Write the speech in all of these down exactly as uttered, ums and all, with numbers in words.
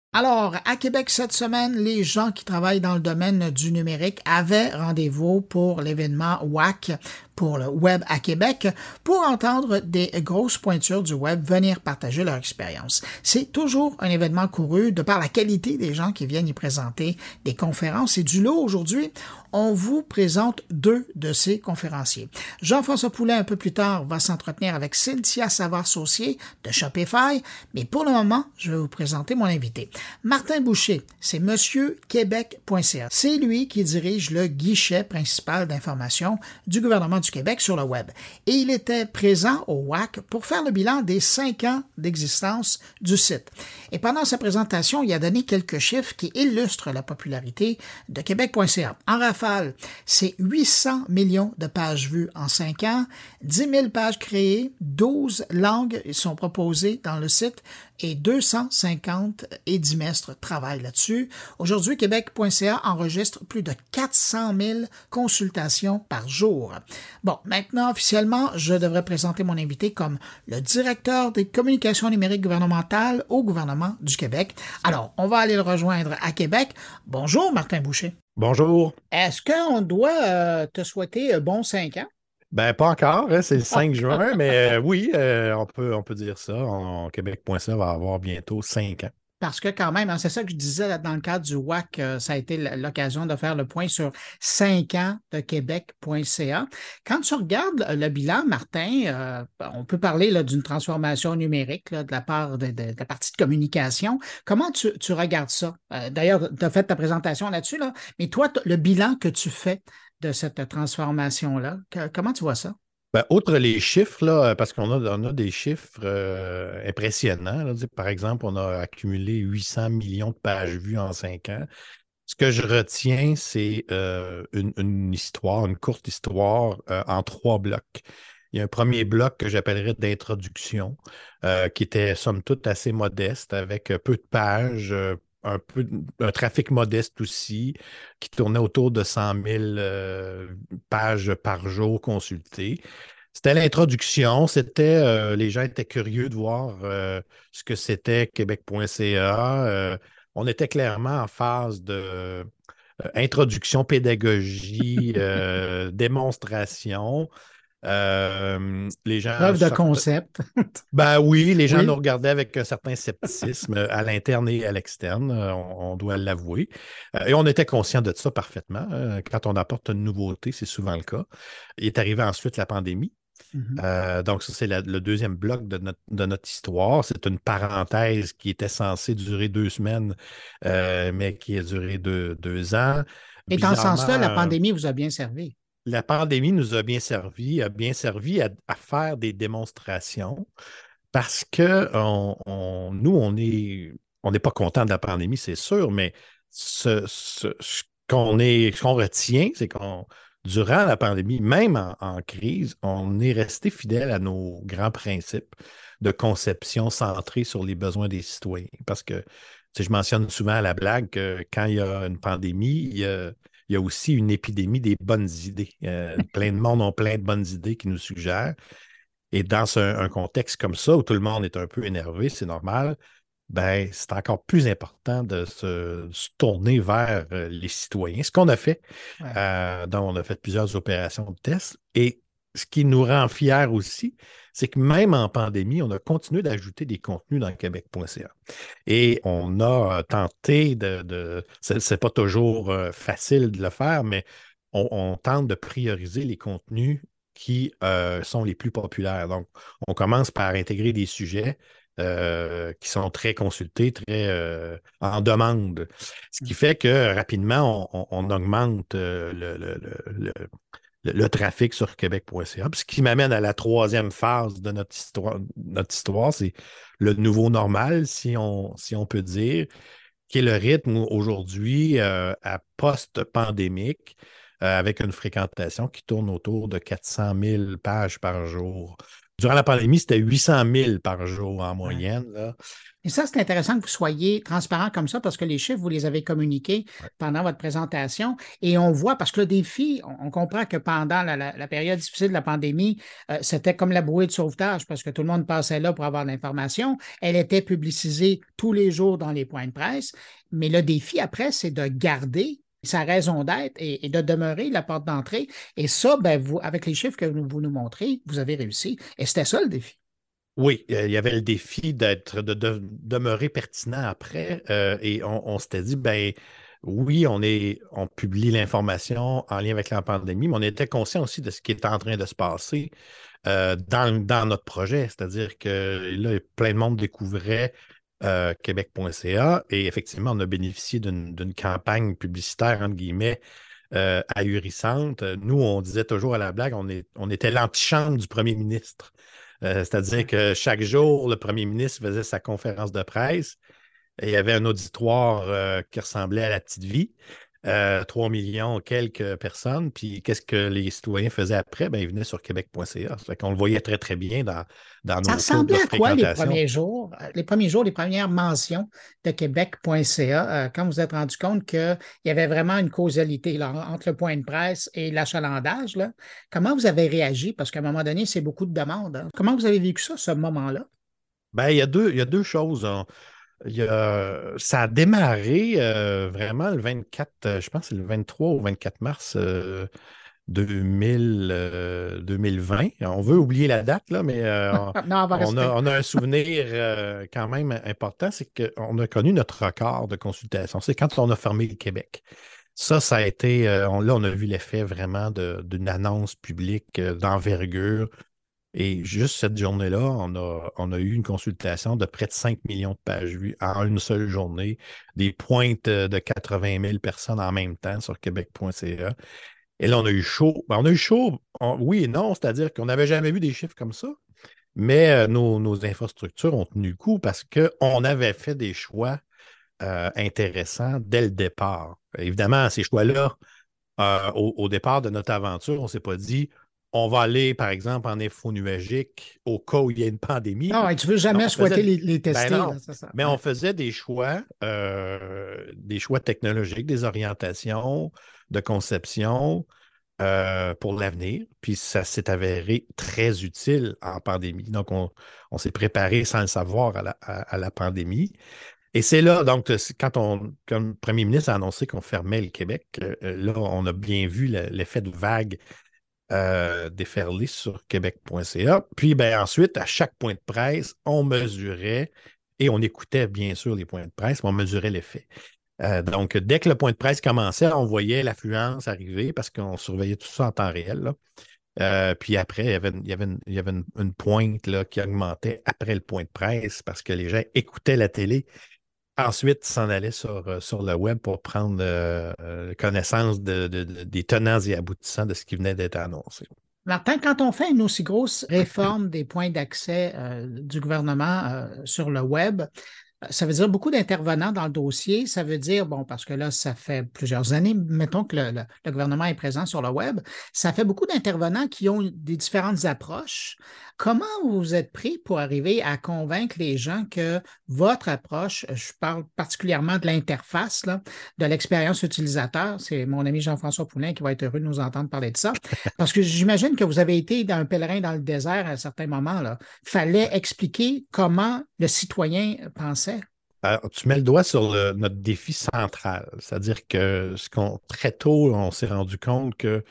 Alors, à Québec cette semaine, les gens qui travaillent dans le domaine du numérique avaient rendez-vous pour l'événement W A C pour le Web à Québec pour entendre des grosses pointures du web venir partager leur expérience. C'est toujours un événement couru de par la qualité des gens qui viennent y présenter des conférences et du lot aujourd'hui. On vous présente deux de ces conférenciers. Jean-François Poulet, un peu plus tard, va s'entretenir avec Cynthia Savard-Saucier de Shopify, mais pour le moment, je vais vous présenter mon invité. Martin Boucher, c'est monsieur québec point c a. C'est lui qui dirige le guichet principal d'information du gouvernement du Québec sur le web. Et il était présent au W A C pour faire le bilan des cinq ans d'existence du site. Et pendant sa présentation, il a donné quelques chiffres qui illustrent la popularité de québec point c a. En rafale, c'est huit cents millions de pages vues en cinq ans, dix mille pages créées, douze langues sont proposées dans le site et deux cent cinquante édimestres travaillent là-dessus. Aujourd'hui, québec point c a enregistre plus de quatre cent mille consultations par jour. Bon, maintenant, officiellement, je devrais présenter mon invité comme le directeur des communications numériques gouvernementales au gouvernement du Québec. Alors, on va aller le rejoindre à Québec. Bonjour, Martin Boucher. Bonjour. Est-ce qu'on doit euh, te souhaiter un bon cinq ans? Ben, pas encore, hein, c'est le cinq juin, mais euh, oui, euh, on peut, on peut dire ça. En québec point c a va avoir bientôt cinq ans. Parce que quand même, hein, c'est ça que je disais là, dans le cadre du W A C, euh, ça a été l'occasion de faire le point sur cinq ans de québec point c a. Quand tu regardes le bilan, Martin, euh, on peut parler là, d'une transformation numérique là, de la part de, de- de la partie de communication. Comment tu, tu regardes ça? Euh, D'ailleurs, tu as fait ta présentation là-dessus, là, mais toi, t- le bilan que tu fais de cette transformation-là, que- comment tu vois ça? Ben, outre les chiffres, là, parce qu'on a, on a des chiffres euh, impressionnants. Là. Tu sais, par exemple, on a accumulé huit cents millions de pages vues en cinq ans. Ce que je retiens, c'est euh, une, une histoire, une courte histoire euh, en trois blocs. Il y a un premier bloc que j'appellerais d'introduction, euh, qui était somme toute assez modeste, avec euh, peu de pages, euh, un peu, un trafic modeste aussi, qui tournait autour de cent mille euh, pages par jour consultées. C'était l'introduction, c'était euh, les gens étaient curieux de voir euh, ce que c'était québec point c a. Euh, on était clairement en phase de euh, introduction, pédagogie, euh, démonstration. Euh, les gens Preuve de sortent. concept. Ben oui, les gens nous Oui. regardaient avec un certain scepticisme à l'interne et à l'externe, euh, on, on doit l'avouer. Euh, et on était conscient de ça parfaitement. Euh, Quand on apporte une nouveauté, c'est souvent le cas. Il est arrivé ensuite la pandémie. Mhm. Euh, donc, ça, c'est la- le deuxième bloc de notre, de notre histoire. C'est une parenthèse qui était censée durer deux semaines, euh, mais qui a duré deux, deux ans. Et dans ce Bizarrement, sens-là, la euh, pandémie vous a bien servi. la pandémie nous a bien servi, a bien servi à, à faire des démonstrations parce que on- on- nous, on est, on n'est pas content de la pandémie, c'est sûr, mais ce, ce- ce qu'on est, ce qu'on retient, c'est qu'on, durant la pandémie, même en, en crise, on est resté fidèle à nos grands principes de conception centrés sur les besoins des citoyens. Parce que, tu sais, je mentionne souvent à la blague que quand il y a une pandémie, il y a, il y a aussi une épidémie des bonnes idées. Euh, plein de monde ont plein de bonnes idées qui nous suggèrent. Et dans ce- un contexte comme ça, où tout le monde est un peu énervé, c'est normal, ben, c'est encore plus important de se, se tourner vers euh, les citoyens. Ce qu'on a fait, Ouais. euh, donc on a fait plusieurs opérations de test. Et ce qui nous rend fiers aussi, c'est que même en pandémie, on a continué d'ajouter des contenus dans québec point c a. Et on a euh, tenté de, de c'est c'est pas toujours euh, facile de le faire, mais on, on tente de prioriser les contenus qui euh, sont les plus populaires. Donc, on commence par intégrer des sujets euh, qui sont très consultés, très euh, en demande. Ce qui fait que rapidement, on, on- on augmente euh, le, le- le- le- le- le trafic sur québec point c a. Puis ce qui m'amène à la troisième phase de notre histoire, notre histoire, c'est le nouveau normal, si on, si on peut dire, qui est le rythme aujourd'hui euh, à post-pandémique, euh, avec une fréquentation qui tourne autour de quatre cent mille pages par jour. Durant la pandémie, c'était huit cent mille par jour en Ouais. moyenne, là. Et ça, c'est intéressant que vous soyez transparent comme ça parce que les chiffres, vous les avez communiqués Ouais. pendant votre présentation et on voit, parce que le défi, on, on comprend que pendant la, la- la période difficile de la pandémie, euh, c'était comme la bouée de sauvetage parce que tout le monde passait là pour avoir de l'information. Elle était publicisée tous les jours dans les points de presse, mais le défi après, c'est de garder sa raison d'être et, et de demeurer la porte d'entrée. Et ça, ben, vous, avec les chiffres que vous, vous nous montrez, vous avez réussi. Et c'était ça le défi. Oui, euh, il y avait le défi d'être, de, de- demeurer pertinent après. Euh, et on, on s'était dit, ben oui, on est, on publie l'information en lien avec la pandémie, mais on était conscient aussi de ce qui était en train de se passer euh, dans, dans notre projet. C'est-à-dire que là, plein de monde découvrait euh, québec point c a et effectivement, on a bénéficié d'une d'une campagne publicitaire, entre guillemets, euh, ahurissante. Nous, on disait toujours à la blague, on, est, on était l'antichambre du premier ministre. Euh, c'est-à-dire Ouais. que chaque jour, le premier ministre faisait sa conférence de presse et il y avait un auditoire euh, qui ressemblait à la petite vie. Euh, trois millions, quelques personnes. Puis qu'est-ce que les citoyens faisaient après? Ben, ils venaient sur québec point c a. Ça fait qu'on le voyait très, très bien dans, dans Ça nos taux de ressemblait à quoi les fréquentation. premiers jours, euh, les premiers jours, les premières mentions de québec point c a, euh, quand vous vous êtes rendu compte qu'il y avait vraiment une causalité là, entre le point de presse et l'achalandage, là? Comment vous avez réagi? Parce qu'à un moment donné, c'est beaucoup de demandes, hein. Comment vous avez vécu ça, ce moment-là? Ben, il y a deux, il y a deux choses. On- il y a- ça a démarré euh, vraiment le vingt-quatre, euh, je pense que c'est le vingt-trois ou vingt-quatre mars euh, deux mille, euh, deux mille vingt. On veut oublier la date, là, mais euh, Non, on va on a, rester. on a un souvenir euh, quand même important, c'est qu'on a connu notre record de consultation. C'est quand on a fermé le Québec. Ça, ça a été, euh, on- là, on a vu l'effet vraiment de- d'une annonce publique euh, d'envergure. Et juste cette journée-là, on a, on a eu une consultation de près de cinq millions de pages vues en une seule journée, des pointes euh, de quatre-vingt mille personnes en même temps sur québec point c a. Et là, on a eu chaud. Ben, on a eu chaud, on- oui et non, c'est-à-dire qu'on n'avait jamais vu des chiffres comme ça, mais euh, nos, nos infrastructures ont tenu le coup parce qu'on avait fait des choix euh, intéressants dès le départ. Évidemment, ces choix-là, euh, au, au départ de notre aventure, on ne s'est pas dit on va aller, par exemple, en info nuagique au cas où il y a une pandémie. Non, et tu veux Non, jamais on faisait, souhaiter les, les ben tester, là, non, c'est ça. mais on Ouais. faisait des choix, euh, des choix technologiques, des orientations de conception euh, pour l'avenir. Puis ça s'est avéré très utile en pandémie. Donc, on, on s'est préparé sans le savoir à la, à, à la pandémie. Et c'est là, donc, c'est quand on, comme le premier ministre a annoncé qu'on fermait le Québec, euh, là, on a bien vu le- l'effet de vague euh, déferler sur québec point c a. Puis, ben, ensuite, à chaque point de presse, on mesurait et on écoutait bien sûr les points de presse, mais on mesurait l'effet. Euh, donc, dès que le point de presse commençait, on voyait l'affluence arriver parce qu'on surveillait tout ça en temps réel, là. Euh, puis après, il y avait, une- il y avait, une, il y avait une- une pointe là, qui augmentait après le point de presse parce que les gens écoutaient la télé. Ensuite, s'en allaient sur, euh, sur le web pour prendre euh, euh, connaissance de- de- de- des tenants et aboutissants de ce qui venait d'être annoncé. Martin, quand on fait une aussi grosse réforme des points d'accès euh, du gouvernement euh, sur le web, ça veut dire beaucoup d'intervenants dans le dossier. Ça veut dire, bon, parce que là, ça fait plusieurs années, mettons que le, le- le gouvernement est présent sur le web, ça fait beaucoup d'intervenants qui ont des différentes approches. Comment vous vous êtes pris pour arriver à convaincre les gens que votre approche, je parle particulièrement de l'interface, là, de l'expérience utilisateur, c'est mon ami Jean-François Poulin qui va être heureux de nous entendre parler de ça, parce que j'imagine que vous avez été dans un pèlerin dans le désert à un certain moment, là. Fallait expliquer comment le citoyen pensait. Alors, tu mets le doigt sur le- notre défi central, c'est-à-dire que ce qu'on, très tôt, on s'est rendu compte que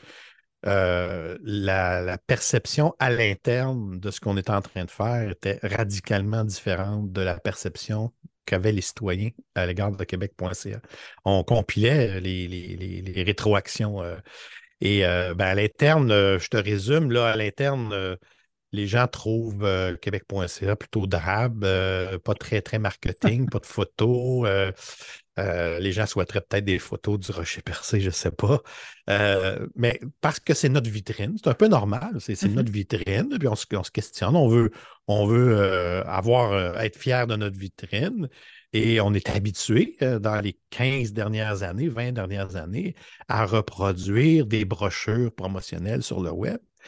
euh, la, la perception à l'interne de ce qu'on était en train de faire était radicalement différente de la perception qu'avaient les citoyens à l'égard de québec point c a. On compilait les, les- les- les rétroactions euh, et euh, ben, à l'interne, euh, je te résume, là, à l'interne, euh, les gens trouvent euh, québec point c a plutôt drabe, euh, pas très, très marketing, pas de photos. euh, euh, les gens souhaiteraient peut-être des photos du rocher percé, je ne sais pas. Euh, mais parce que c'est notre vitrine, c'est un peu normal, c'est c'est Mhm. notre vitrine, puis on se, on se questionne, on veut, on veut euh, avoir, euh, être fier de notre vitrine. Et on est habitué euh, dans les quinze dernières années, vingt dernières années, à reproduire des brochures promotionnelles sur le web.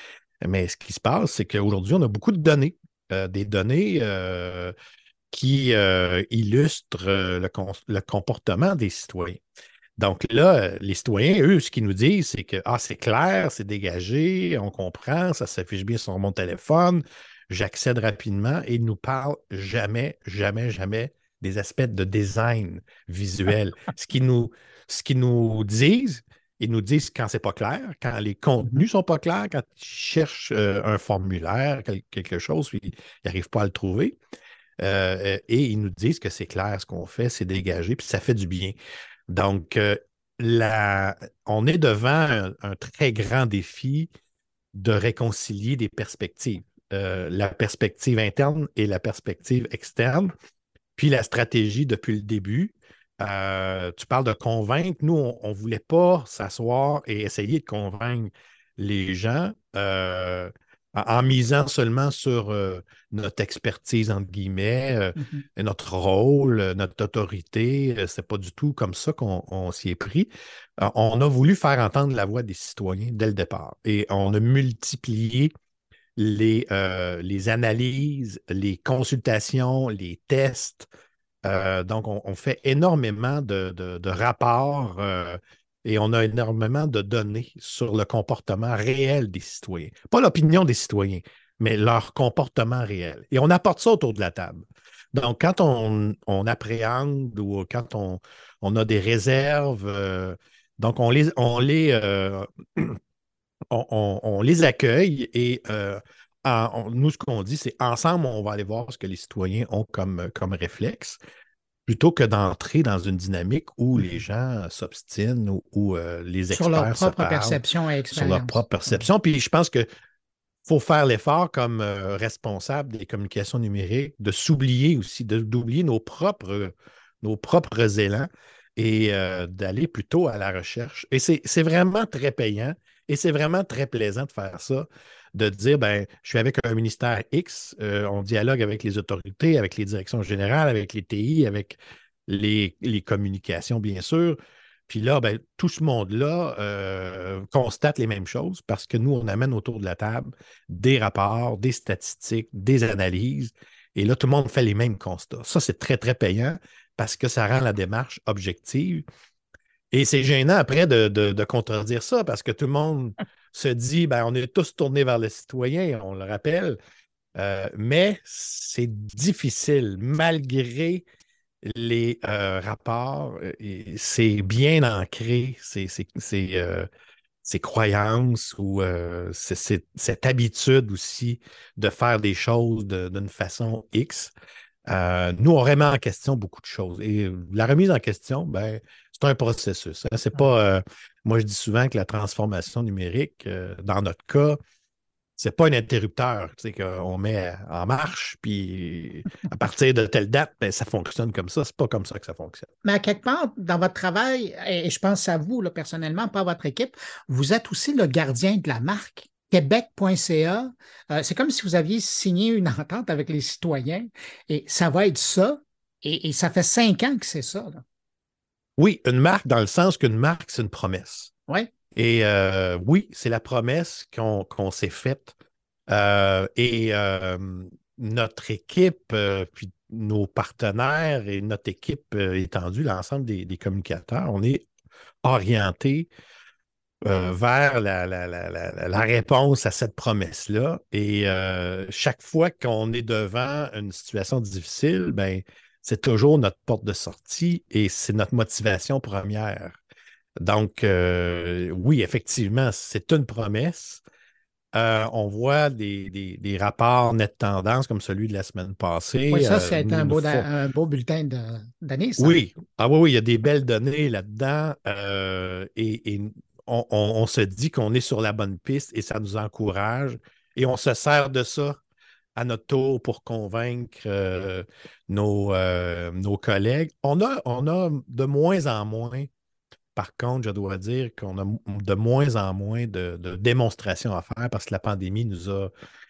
Mais ce qui se passe, c'est qu'aujourd'hui, on a beaucoup de données, euh, des données euh, qui euh, illustrent euh, le, con- le comportement des citoyens. Donc là, euh, les citoyens, eux, ce qu'ils nous disent, c'est que ah, c'est clair, c'est dégagé, on comprend, ça s'affiche bien sur mon téléphone, j'accède rapidement et ils nous parlent jamais, jamais, jamais des aspects de design visuel. Ce qu'ils nous, ce qu'ils nous disent, ils nous disent quand c'est pas clair, quand les Mhm. contenus sont pas clairs, quand ils cherchent euh, un formulaire, quel- quelque chose, puis ils n'arrivent pas à le trouver. Euh, et ils nous disent que c'est clair ce qu'on fait, c'est dégagé, puis ça fait du bien. Donc, euh, la- on est devant un, un très grand défi de réconcilier des perspectives. Euh, la perspective interne et la perspective externe, puis la stratégie depuis le début. Euh, tu parles de convaincre. Nous, on ne voulait pas s'asseoir et essayer de convaincre les gens euh, en, en misant seulement sur euh, notre expertise, entre guillemets, euh, Mhm. notre rôle, euh, notre autorité. Euh, C'est pas du tout comme ça qu'on on s'y est pris. Euh, on a voulu faire entendre la voix des citoyens dès le départ et on a multiplié les, euh, les analyses, les consultations, les tests. Euh, donc, on, on fait énormément de, de- de rapports euh, et on a énormément de données sur le comportement réel des citoyens. Pas l'opinion des citoyens, mais leur comportement réel. Et on apporte ça autour de la table. Donc, quand on, on appréhende ou quand on, on a des réserves, euh, donc on les, on les, euh, on, on- on les accueille et euh, en- on- nous, ce qu'on dit, c'est ensemble, on va aller voir ce que les citoyens ont comme, comme réflexe, plutôt que d'entrer dans une dynamique où les Mhm. gens s'obstinent ou, où euh, les Sur leur experts se propre parlent perception et sur leur expérience. propre perception. Puis je pense qu'il faut faire l'effort comme euh, responsable des communications numériques de s'oublier aussi, de- d'oublier nos propres, nos propres élans et euh, d'aller plutôt à la recherche. Et c'est c'est vraiment très payant et c'est vraiment très plaisant de faire ça, de dire, ben, je suis avec un ministère X, euh, on dialogue avec les autorités, avec les directions générales, avec les T I, avec les, les communications, bien sûr. Puis là, ben, tout ce monde-là euh, constate les mêmes choses parce que nous, on amène autour de la table des rapports, des statistiques, des analyses. Et là, tout le monde fait les mêmes constats. Ça, c'est très, très payant parce que ça rend la démarche objective. Et c'est gênant après de, de- de contredire ça parce que tout le monde se dit, ben, on est tous tournés vers le citoyen, on le rappelle, euh, mais c'est difficile malgré les euh, rapports. euh, et c'est bien ancré, c'est, c'est, c'est, euh, ces croyances ou euh, c'est- c'est- cette habitude aussi de faire des choses de- d'une façon X. Euh, nous, on remet en question beaucoup de choses. Et la remise en question, ben, c'est un processus. Hein. C'est Ouais. pas, euh, moi, je dis souvent que la transformation numérique, euh, dans notre cas, c'est pas un interrupteur, tu sais, qu'on met en marche, puis à partir de telle date, ben, ça fonctionne comme ça. C'est pas comme ça que ça fonctionne. Mais à quelque part, dans votre travail, et je pense à vous là, personnellement, pas à votre équipe, vous êtes aussi le gardien de la marque. Québec point C A, euh, c'est comme si vous aviez signé une entente avec les citoyens et ça va être ça. Et, et ça fait cinq ans que c'est ça. Là. Oui, une marque dans le sens qu'une marque, c'est une promesse. Oui. Et euh, oui, c'est la promesse qu'on qu'on s'est faite. Euh, et euh, notre équipe, euh, puis nos partenaires et notre équipe euh, étendue, l'ensemble des, des communicateurs, on est orienté euh, vers la, la- la- la- la réponse à cette promesse-là. Et euh, chaque fois qu'on est devant une situation difficile, ben, c'est toujours notre porte de sortie et c'est notre motivation première. Donc, euh, oui, effectivement, c'est une promesse. Euh, on voit des, des- des rapports net tendance comme celui de la semaine Oui, passée. ça, Euh, c'est nous, un nous beau, font- da- un beau bulletin de- d'année, ça. Oui, ah oui, oui, il y a des belles données là-dedans. Euh, et, et on, on- on se dit qu'on est sur la bonne piste et ça nous encourage. Et on se sert de ça à notre tour pour convaincre euh, nos, euh, nos collègues. On a, on a de moins en moins. Par contre, je dois dire qu'on a de moins en moins de, de démonstrations à faire parce que la pandémie nous a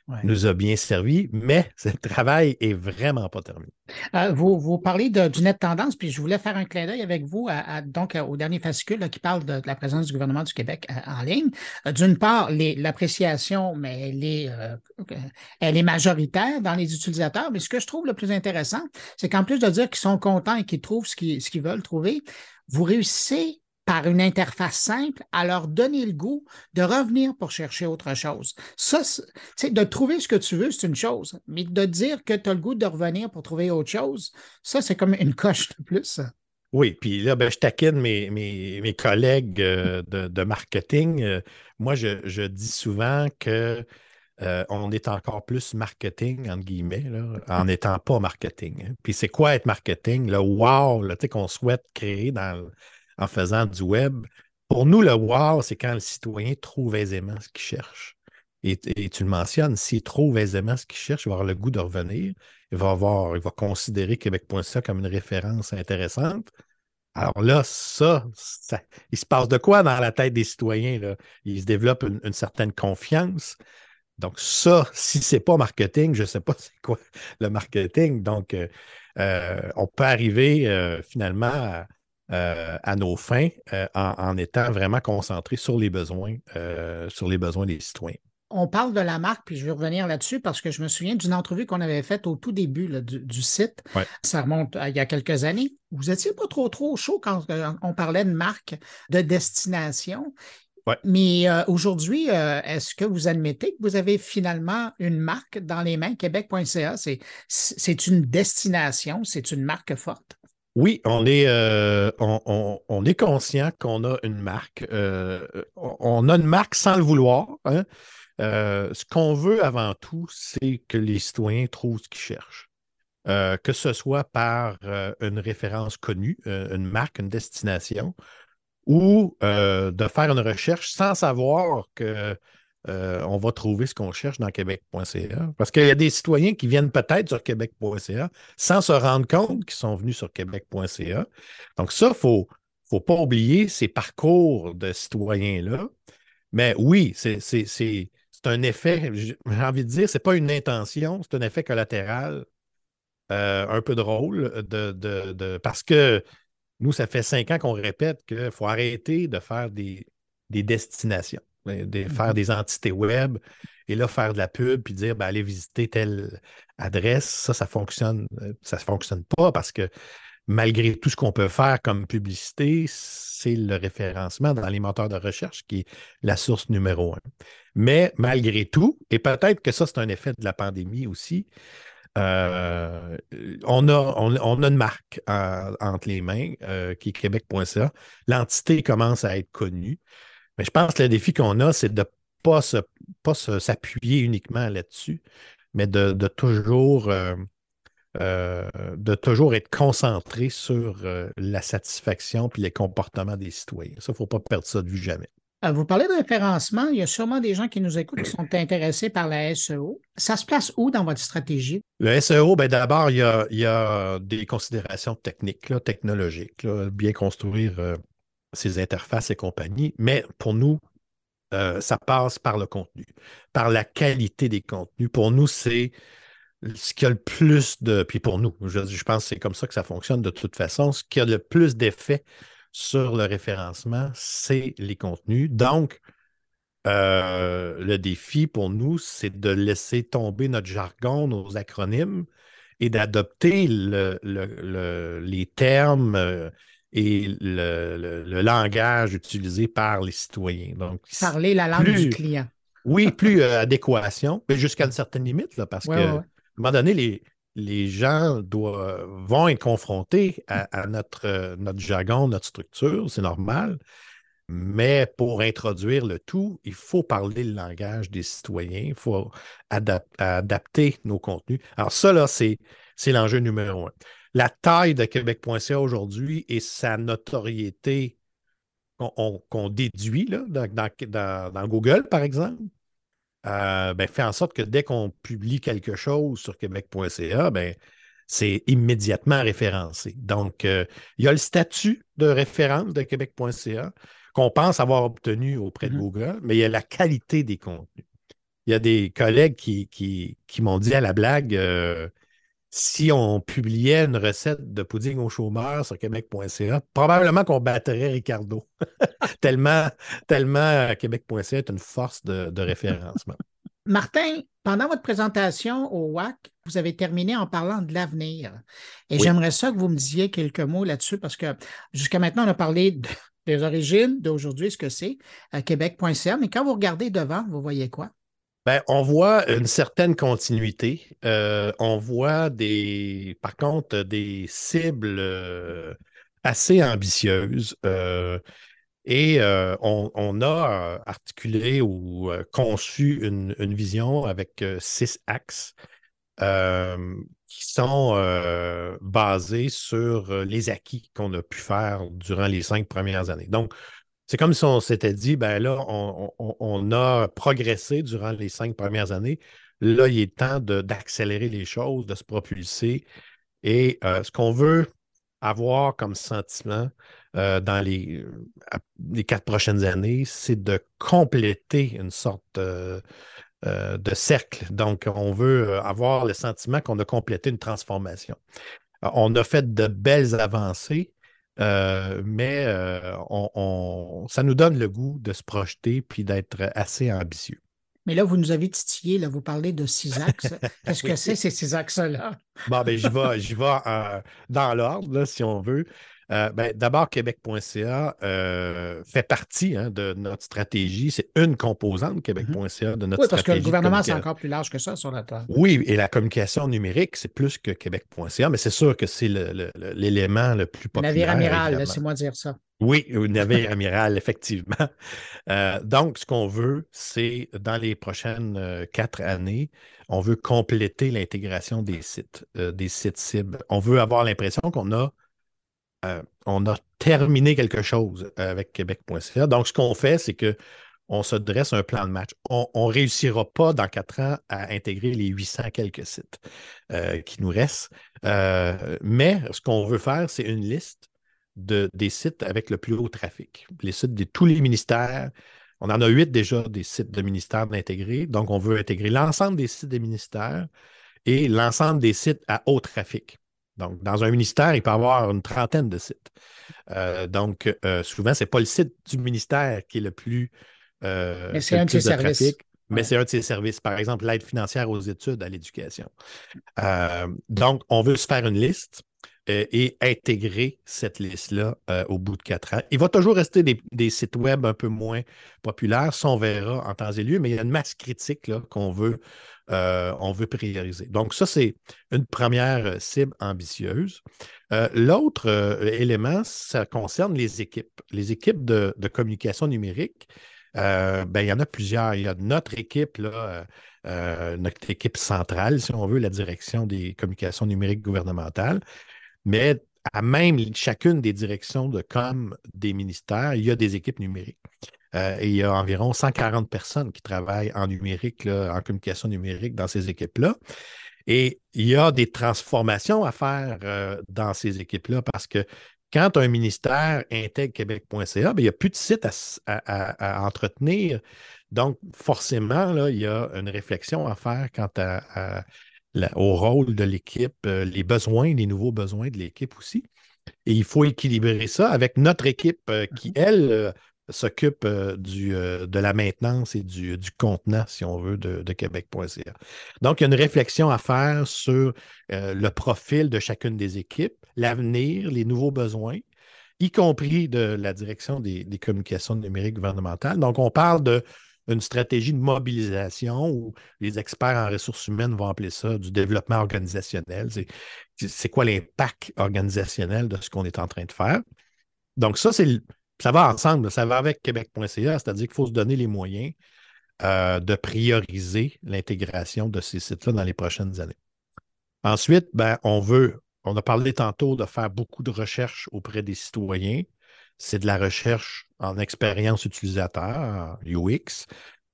Ouais. nous a bien servi, mais ce travail est vraiment pas terminé. Euh, vous, vous parlez de- du net tendance, puis je voulais faire un clin d'œil avec vous à, à- donc au dernier fascicule là, qui parle de, de la présence du gouvernement du Québec euh, en ligne. Euh, d'une part, les- l'appréciation, mais elle est, euh, elle est majoritaire dans les utilisateurs. Mais ce que je trouve le plus intéressant, c'est qu'en plus de dire qu'ils sont contents et qu'ils trouvent ce qu'ils, ce qu'ils veulent trouver, vous réussissez par une interface simple, à leur donner le goût de revenir pour chercher autre chose. Ça, c'est- tu sais, de trouver ce que tu veux, c'est une chose, mais de dire que tu as le goût de revenir pour trouver autre chose, ça, c'est comme une coche de plus. Oui, puis là, ben, je taquine mes, mes, mes collègues euh, de, de marketing. Euh, moi, je, je dis souvent que euh, on est encore plus marketing, entre guillemets, là, en n'étant pas marketing, hein. Puis c'est quoi être marketing? Le wow, là, tu sais, qu'on souhaite créer dans, en faisant du web. Pour nous, le wow, c'est quand le citoyen trouve aisément ce qu'il cherche. Et, et tu le mentionnes, s'il trouve aisément ce qu'il cherche, il va avoir le goût de revenir. Il va avoir, il va considérer québec point c a comme une référence intéressante. Alors là, ça, ça, il se passe de quoi dans la tête des citoyens, là? Il se développe une, une certaine confiance. Donc, ça, si c'est pas marketing, je ne sais pas c'est quoi le marketing. Donc, euh, euh, on peut arriver euh, finalement à, euh, à nos fins euh, en, en étant vraiment concentré sur les besoins, euh, sur les besoins des citoyens. On parle de la marque, puis je vais revenir là-dessus parce que je me souviens d'une entrevue qu'on avait faite au tout début là, du, du site. Ouais. Ça remonte à il y a quelques années. Vous étiez pas trop trop chaud quand euh, on parlait de marque, de destination. Ouais. Mais euh, aujourd'hui, euh, est-ce que vous admettez que vous avez finalement une marque dans les mains? québec point c a, c'est, c'est une destination, c'est une marque forte. Oui, on est, euh, on, on- on est conscient qu'on a une marque. Euh, on on a une marque sans le vouloir, hein. Euh, ce qu'on veut avant tout, c'est que les citoyens trouvent ce qu'ils cherchent. Euh, que ce soit par euh, une référence connue, euh, une marque, une destination, ou euh, de faire une recherche sans savoir que euh, on va trouver ce qu'on cherche dans québec point c a. Parce qu'il y a des citoyens qui viennent peut-être sur québec point c a sans se rendre compte qu'ils sont venus sur québec point c a. Donc ça, il ne faut, faut pas oublier ces parcours de citoyens-là. Mais oui, c'est c'est- c'est- c'est un effet, j'ai envie de dire, c'est pas une intention, c'est un effet collatéral euh, un peu drôle de, de- de- parce que nous, ça fait cinq ans qu'on répète qu'il faut arrêter de faire des, des destinations, de, de faire Mhm. des entités web et là, faire de la pub puis dire ben, allez visiter telle adresse. Ça, ça fonctionne, euh, ça ne fonctionne pas parce que malgré tout ce qu'on peut faire comme publicité, c'est le référencement dans les moteurs de recherche qui est la source numéro un. Mais malgré tout, et peut-être que ça, c'est un effet de la pandémie aussi, euh, on a, on, on a une marque euh, entre les mains euh, qui est québec point c a. L'entité commence à être connue. Mais je pense que le défi qu'on a, c'est de ne pas se, pas se- s'appuyer uniquement là-dessus, mais de, de toujours, euh, euh, de toujours être concentré sur euh, la satisfaction puis les comportements des citoyens. Ça, il ne faut pas perdre ça de vue jamais. Euh, Vous parlez de référencement, il y a sûrement des gens qui nous écoutent qui sont intéressés par la S E O. Ça se place où dans votre stratégie? Le S E O, ben d'abord, il y a, il y a des considérations techniques, là, technologiques, là, bien construire euh, ses interfaces et compagnie. Mais pour nous, euh, ça passe par le contenu, par la qualité des contenus. Pour nous, c'est ce qui a le plus de. Puis pour nous, je, je pense que c'est comme ça que ça fonctionne de toute façon. Ce qui a le plus d'effet sur le référencement, c'est les contenus. Donc, euh, le défi pour nous, c'est de laisser tomber notre jargon, nos acronymes et d'adopter le- le- le- les termes euh, et le, le- le langage utilisé par les citoyens. Donc, s- Parler la langue du plus, client. oui, plus euh, adéquation, mais jusqu'à une certaine limite, là, parce Oui, que, à oui, un oui. moment donné, les, les gens doivent, vont être confrontés à, à notre, euh, notre jargon, notre structure, c'est normal. Mais pour introduire le tout, il faut parler le langage des citoyens, il faut adap- adapter nos contenus. Alors ça, là, c'est, c'est l'enjeu numéro un. La taille de québec point c a aujourd'hui et sa notoriété qu'on on- qu'on déduit là, dans, dans- dans- dans Google, par exemple, euh, ben, fait en sorte que dès qu'on publie quelque chose sur québec point c a, ben, c'est immédiatement référencé. Donc, euh, il y a le statut de référence de québec point c a qu'on pense avoir obtenu auprès de Mhm. Google, mais il y a la qualité des contenus. il y a des collègues qui, qui, qui m'ont dit à la blague, euh, si on publiait une recette de pudding au chômeur sur québec point c a, probablement qu'on battrait Ricardo. tellement, tellement euh, québec point c a est une force de, de référencement. Martin, pendant votre présentation au W A C, vous avez terminé en parlant de l'avenir. Et Oui. j'aimerais ça que vous me disiez quelques mots là-dessus parce que jusqu'à maintenant, on a parlé de- des origines d'aujourd'hui, ce que c'est, à québec point c a, mais quand vous regardez devant, vous voyez quoi? Ben, on voit une certaine continuité. Euh, on voit des, par contre, des cibles euh, assez ambitieuses. Euh, et euh, on, on a euh, articulé ou euh, conçu une, une vision avec euh, six axes euh, qui sont euh, basés sur euh, les acquis qu'on a pu faire durant les cinq premières années. Donc, c'est comme si on s'était dit, ben là, on, on- on a progressé durant les cinq premières années. Là, il est temps de- d'accélérer les choses, de se propulser. Et euh, ce qu'on veut avoir comme sentiment euh, dans les, euh, les quatre prochaines années, c'est de compléter une sorte euh, euh, de cercle. Donc, on veut euh, avoir le sentiment qu'on a complété une transformation. Euh, On a fait de belles avancées, euh, mais euh, on, on- ça nous donne le goût de se projeter puis d'être assez ambitieux. Mais là, vous nous avez titillé, là, vous parlez de six axes. Qu'est-ce que Oui. c'est, ces six axes-là? Bon, ben, j'y vais, j'y vais euh, dans l'ordre, là, si on veut. Euh, ben, d'abord, québec point c a euh, fait partie hein, de notre stratégie. C'est une composante, Mhm. québec point c a, de notre Oui, parce que le stratégie de gouvernement, c'est communication. encore plus large que ça sur la table. Oui, et la communication numérique, c'est plus que québec point c a, mais c'est sûr que c'est le- le- le- l'élément le plus Un navire populaire, amiral, évidemment. laissez-moi dire ça. Oui, un navire amiral, effectivement. Euh, donc, ce qu'on veut, c'est dans les prochaines euh, quatre années, on veut compléter l'intégration des sites, euh, des sites cibles. On veut avoir l'impression qu'on a, euh, on a terminé quelque chose avec québec point c a. Donc, ce qu'on fait, c'est que on se dresse un plan de match. On ne réussira pas dans quatre ans à intégrer les huit cents quelques sites euh, qui nous restent. Euh, mais ce qu'on veut faire, c'est une liste de, des sites avec le plus haut trafic. Les sites de tous les ministères. On en a huit déjà des sites de ministères d'intégrer. Donc, on veut intégrer l'ensemble des sites des ministères et l'ensemble des sites à haut trafic. Donc, dans un ministère, il peut y avoir une trentaine de sites. Euh, donc, euh, souvent, ce n'est pas le site du ministère qui est le plus Mais euh, qui c'est a le un de ses plus de services. trafic, mais Ouais. c'est un de ses services. Par exemple, l'aide financière aux études, à l'éducation. Euh, donc, on veut se faire une liste euh, et intégrer cette liste-là euh, au bout de quatre ans. Il va toujours rester des, des sites web un peu moins populaires, ça on verra en temps et lieu, mais il y a une masse critique là, qu'on veut, euh, on veut prioriser. Donc, ça, c'est une première euh, cible ambitieuse. Euh, L'autre euh, élément, ça concerne les équipes. Les équipes de, de communication numérique, euh, ben, il y en a plusieurs. Il y a notre équipe, là, euh, euh, notre équipe centrale, si on veut, la direction des communications numériques gouvernementales. Mais à même chacune des directions de com des ministères, il y a des équipes numériques. Euh, et il y a environ cent quarante personnes qui travaillent en numérique, là, en communication numérique dans ces équipes-là. Et il y a des transformations à faire euh, dans ces équipes-là parce que quand un ministère intègre québec point c a, ben, il n'y a plus de site à, à- à- à entretenir. Donc, forcément, là, il y a une réflexion à faire quant à, à la- au rôle de l'équipe, euh, les besoins, les nouveaux besoins de l'équipe aussi. Et il faut équilibrer ça avec notre équipe euh, qui, elle, euh, s'occupe euh, du, euh, de la maintenance et du, du contenant, si on veut, de, de québec point c a. Donc, il y a une réflexion à faire sur euh, le profil de chacune des équipes, l'avenir, les nouveaux besoins, y compris de la direction des, des communications numériques gouvernementales. Donc, on parle de une stratégie de mobilisation où les experts en ressources humaines vont appeler ça du développement organisationnel. C'est c'est quoi l'impact organisationnel de ce qu'on est en train de faire. Donc, ça, c'est ça va ensemble, ça va avec québec point c a, c'est-à-dire qu'il faut se donner les moyens euh, de prioriser l'intégration de ces sites-là dans les prochaines années. Ensuite, ben, on veut, on a parlé tantôt de faire beaucoup de recherches auprès des citoyens. C'est de la recherche en expérience utilisateur, en U X,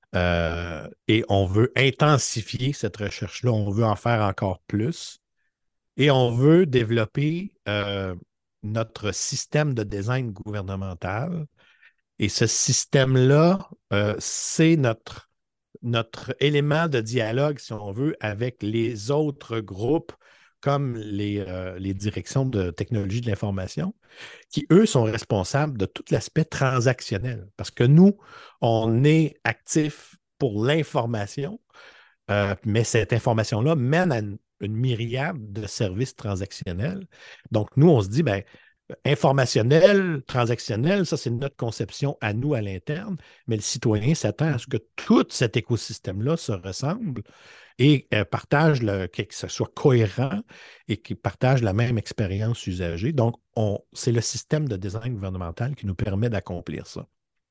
euh, et on veut intensifier cette recherche-là, on veut en faire encore plus. Et on veut développer euh, notre système de design gouvernemental. Et ce système-là, euh, c'est notre notre élément de dialogue, si on veut, avec les autres groupes, comme les, euh, les directions de technologie de l'information, qui, eux, sont responsables de tout l'aspect transactionnel. Parce que nous, on est actifs pour l'information, euh, mais cette information-là mène à une, une myriade de services transactionnels. Donc, nous, on se dit, ben, informationnel, transactionnel, ça, c'est notre conception à nous, à l'interne, mais le citoyen s'attend à ce que tout cet écosystème-là se ressemble et euh, partage le, que ce soit cohérent et qu'ils partagent la même expérience usagée. Donc, on, c'est le système de design gouvernemental qui nous permet d'accomplir ça.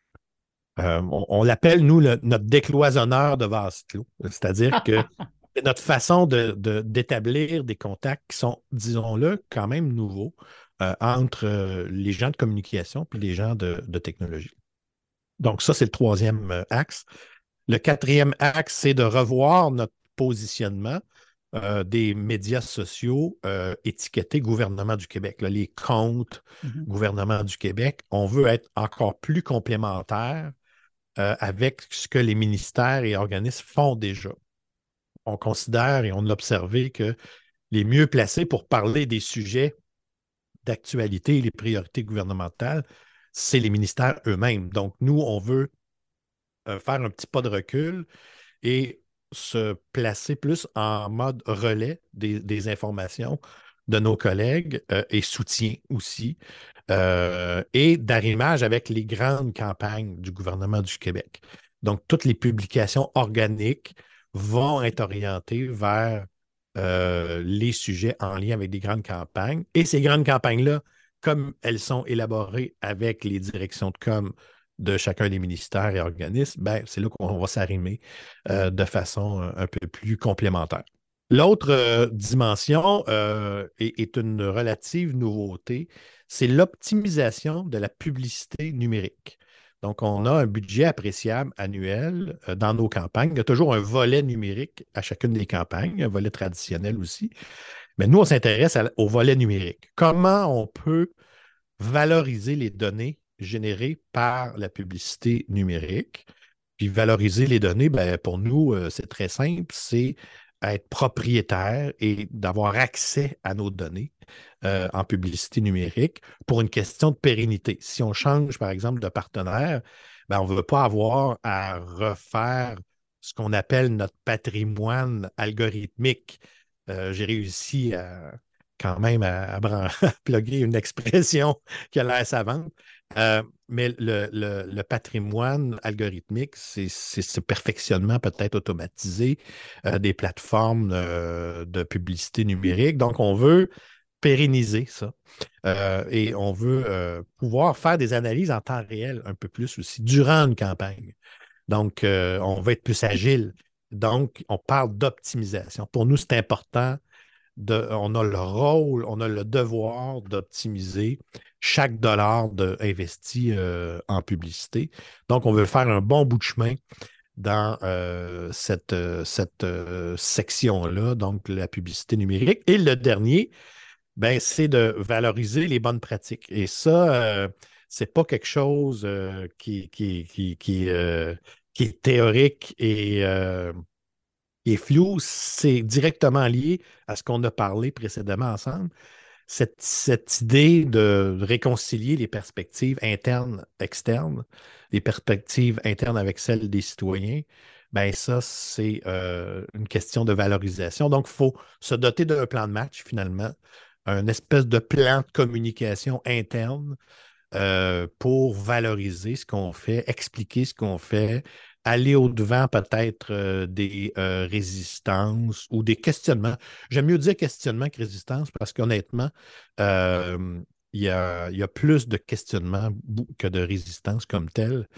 Euh, on, on l'appelle, nous, le- notre décloisonneur de vase clos. C'est-à-dire que c'est notre façon de, de- d'établir des contacts qui sont, disons-le, quand même nouveaux euh, entre euh, les gens de communication et les gens de, de technologie. Donc, ça, c'est le troisième euh, axe. Le quatrième axe, c'est de revoir notre positionnement euh, des médias sociaux euh, étiquetés gouvernement du Québec. Là, les comptes Mhm. gouvernement du Québec, on veut être encore plus complémentaires euh, avec ce que les ministères et organismes font déjà. On considère et on a observé que les mieux placés pour parler des sujets d'actualité et les priorités gouvernementales, c'est les ministères eux-mêmes. Donc, nous, on veut euh, faire un petit pas de recul et se placer plus en mode relais des, des informations de nos collègues euh, et soutien aussi, euh, et d'arrimage avec les grandes campagnes du gouvernement du Québec. Donc, toutes les publications organiques vont être orientées vers euh, les sujets en lien avec des grandes campagnes. Et ces grandes campagnes-là, comme elles sont élaborées avec les directions de com de chacun des ministères et organismes, ben, c'est là qu'on va s'arrimer euh, de façon un, un peu plus complémentaire. L'autre euh, dimension euh, est, est une relative nouveauté, c'est l'optimisation de la publicité numérique. Donc, on a un budget appréciable annuel euh, dans nos campagnes. Il y a toujours un volet numérique à chacune des campagnes, un volet traditionnel aussi. Mais nous, on s'intéresse à- au volet numérique. Comment on peut valoriser les données générées par la publicité numérique? Puis valoriser les données, ben, pour nous, euh, c'est très simple, c'est être propriétaire et d'avoir accès à nos données euh, en publicité numérique pour une question de pérennité. Si on change, par exemple, de partenaire, ben, on ne veut pas avoir à refaire ce qu'on appelle notre patrimoine algorithmique. Euh, j'ai réussi à, quand même à, à, bran- à plugger une expression qui a l'air savante. Euh, mais le, le- le patrimoine algorithmique, c'est c'est ce perfectionnement peut-être automatisé euh, des plateformes euh, de publicité numérique. Donc, on veut pérenniser ça. Euh, et on veut euh, pouvoir faire des analyses en temps réel un peu plus aussi durant une campagne. Donc, euh, on va être plus agile. Donc, on parle d'optimisation. Pour nous, c'est important. De, on a le rôle, on a le devoir d'optimiser chaque dollar de, investi euh, en publicité. Donc, on veut faire un bon bout de chemin dans euh, cette, euh, cette euh, section-là, donc la publicité numérique. Et le dernier, ben, c'est de valoriser les bonnes pratiques. Et ça, euh, c'est pas quelque chose euh, qui, qui, qui, qui, euh, qui est théorique et, euh, et flou. C'est directement lié à ce qu'on a parlé précédemment ensemble. Cette, cette idée de réconcilier les perspectives internes, externes, les perspectives internes avec celles des citoyens, ben ça, c'est euh, une question de valorisation. Donc, il faut se doter d'un plan de match, finalement, un espèce de plan de communication interne euh, pour valoriser ce qu'on fait, expliquer ce qu'on fait, aller au-devant peut-être euh, des euh, résistances ou des questionnements. J'aime mieux dire questionnement que résistance parce qu'honnêtement, euh, il y a, il y a plus de questionnements que de résistance comme telle.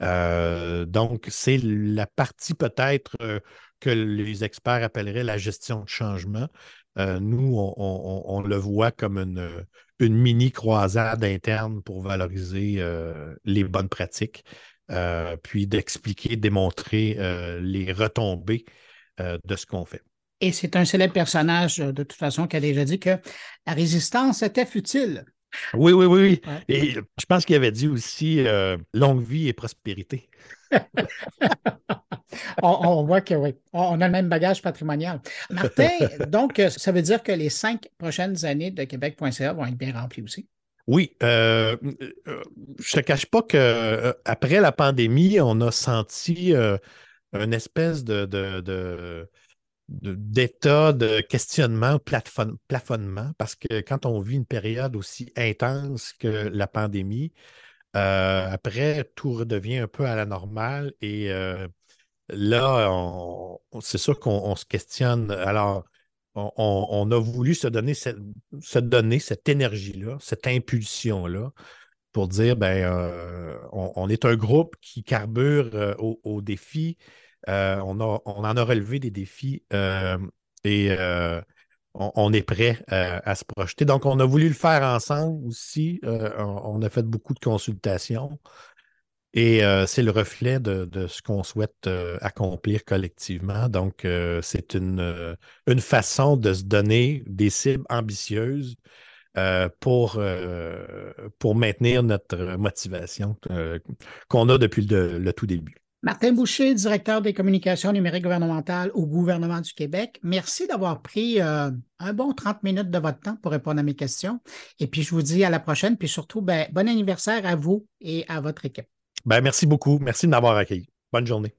Euh, donc, c'est la partie peut-être euh, que les experts appelleraient la gestion de changement. Euh, nous, on, on- on le voit comme une, une mini croisade interne pour valoriser euh, les bonnes pratiques, euh, puis d'expliquer, démontrer euh, les retombées euh, de ce qu'on fait. Et c'est un célèbre personnage, euh, de toute façon, qui a déjà dit que la résistance était futile. Oui, oui, oui, oui. Ouais. Et je pense qu'il avait dit aussi euh, longue vie et prospérité. On, on voit que oui, on on a le même bagage patrimonial. Martin, donc, euh, ça veut dire que les cinq prochaines années de Québec point C A vont être bien remplies aussi. Oui, euh, euh, je te cache pas que euh, après la pandémie, on a senti euh, une espèce de, de, de- de- d'état de questionnement, plafon- plafonnement, parce que quand on vit une période aussi intense que la pandémie, euh, après, tout redevient un peu à la normale et euh, là, on- on- c'est sûr qu'on on se questionne. Alors, on, on- on a voulu se donner cette, se donner cette énergie-là, cette impulsion-là pour dire, ben, euh, on, on est un groupe qui carbure euh, au, au défi. Euh, on a, on en a relevé des défis euh, et euh, on, on est prêt euh, à se projeter. Donc, on a voulu le faire ensemble aussi. Euh, on, on a fait beaucoup de consultations et euh, c'est le reflet de, de ce qu'on souhaite euh, accomplir collectivement. Donc, euh, c'est une, euh, une façon de se donner des cibles ambitieuses euh, pour, euh, pour maintenir notre motivation euh, qu'on a depuis le, le tout début. Martin Boucher, directeur des communications numériques gouvernementales au gouvernement du Québec, merci d'avoir pris euh, un bon trente minutes de votre temps pour répondre à mes questions. Et puis, je vous dis à la prochaine, puis surtout, ben, bon anniversaire à vous et à votre équipe. Ben, merci beaucoup. Merci de m'avoir accueilli. Bonne journée.